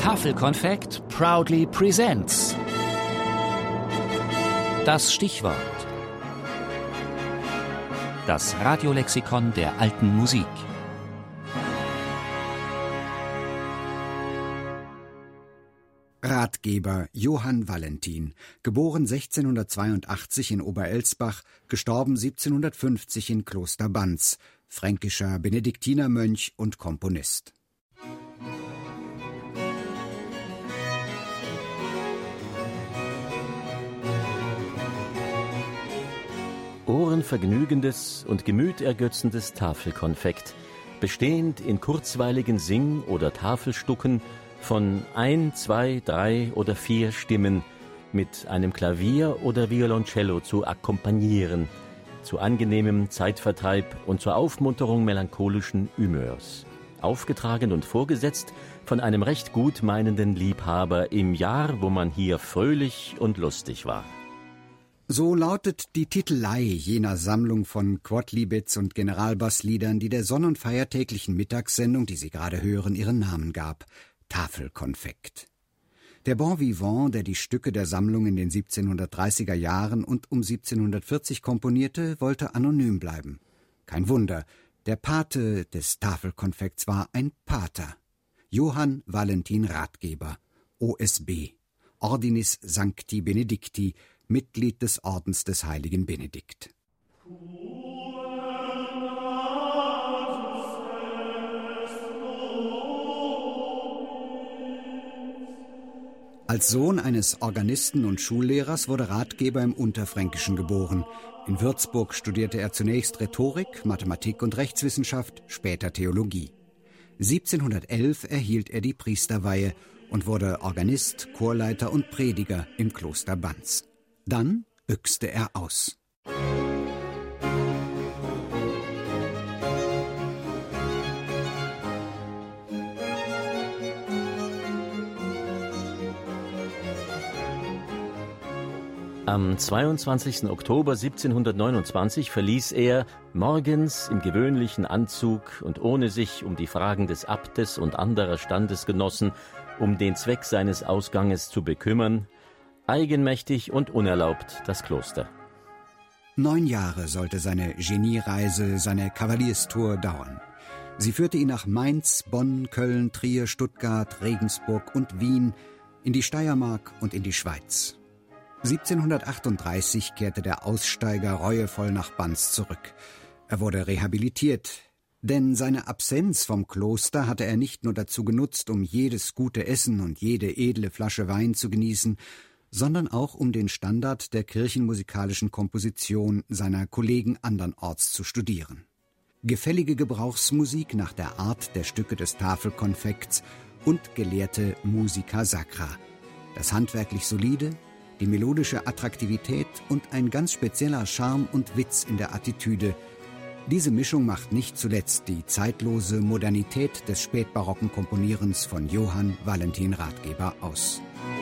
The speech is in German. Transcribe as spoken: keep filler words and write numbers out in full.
Tafelkonfekt proudly presents. Das Stichwort. Das Radiolexikon der alten Musik. Ratgeber Johann Valentin, geboren sechzehnhundertzweiundachtzig in Oberelsbach, gestorben siebzehnhundertfünfzig in Kloster Banz, fränkischer Benediktinermönch und Komponist. Ohrenvergnügendes und gemütergötzendes Tafelkonfekt, bestehend in kurzweiligen Sing- oder Tafelstucken von ein, zwei, drei oder vier Stimmen mit einem Klavier oder Violoncello zu akkompagnieren, zu angenehmem Zeitvertreib und zur Aufmunterung melancholischen Humeurs. Aufgetragen und vorgesetzt von einem recht gut meinenden Liebhaber im Jahr, wo man hier fröhlich und lustig war. So lautet die Titelei jener Sammlung von Quodlibets und Generalbassliedern, die der Sonn- und feiertäglichen Mittagssendung, die Sie gerade hören, ihren Namen gab: Tafelkonfekt. Der Bon Vivant, der die Stücke der Sammlung in den siebzehnhundertdreißiger Jahren und um siebzehnhundertvierzig komponierte, wollte anonym bleiben. Kein Wunder, der Pate des Tafelkonfekts war ein Pater. Johann Valentin Ratgeber, O S B, Ordinis Sancti Benedicti, Mitglied des Ordens des heiligen Benedikt. Als Sohn eines Organisten und Schullehrers wurde Ratgeber im Unterfränkischen geboren. In Würzburg studierte er zunächst Rhetorik, Mathematik und Rechtswissenschaft, später Theologie. siebzehnhundertelf erhielt er die Priesterweihe und wurde Organist, Chorleiter und Prediger im Kloster Banz. Dann büchste er aus. Am zweiundzwanzigsten Oktober siebzehnhundertneunundzwanzig verließ er, morgens im gewöhnlichen Anzug und ohne sich um die Fragen des Abtes und anderer Standesgenossen um den Zweck seines Ausganges zu bekümmern, eigenmächtig und unerlaubt das Kloster. Neun Jahre sollte seine Geniereise, seine Kavalierstour dauern. Sie führte ihn nach Mainz, Bonn, Köln, Trier, Stuttgart, Regensburg und Wien, in die Steiermark und in die Schweiz. siebzehnhundertachtunddreißig kehrte der Aussteiger reuevoll nach Banz zurück. Er wurde rehabilitiert, denn seine Absenz vom Kloster hatte er nicht nur dazu genutzt, um jedes gute Essen und jede edle Flasche Wein zu genießen, sondern auch um den Standard der kirchenmusikalischen Komposition seiner Kollegen andernorts zu studieren. Gefällige Gebrauchsmusik nach der Art der Stücke des Tafelkonfekts und gelehrte Musica Sacra. Das handwerklich Solide, die melodische Attraktivität und ein ganz spezieller Charme und Witz in der Attitüde. Diese Mischung macht nicht zuletzt die zeitlose Modernität des spätbarocken Komponierens von Johann Valentin Ratgeber aus.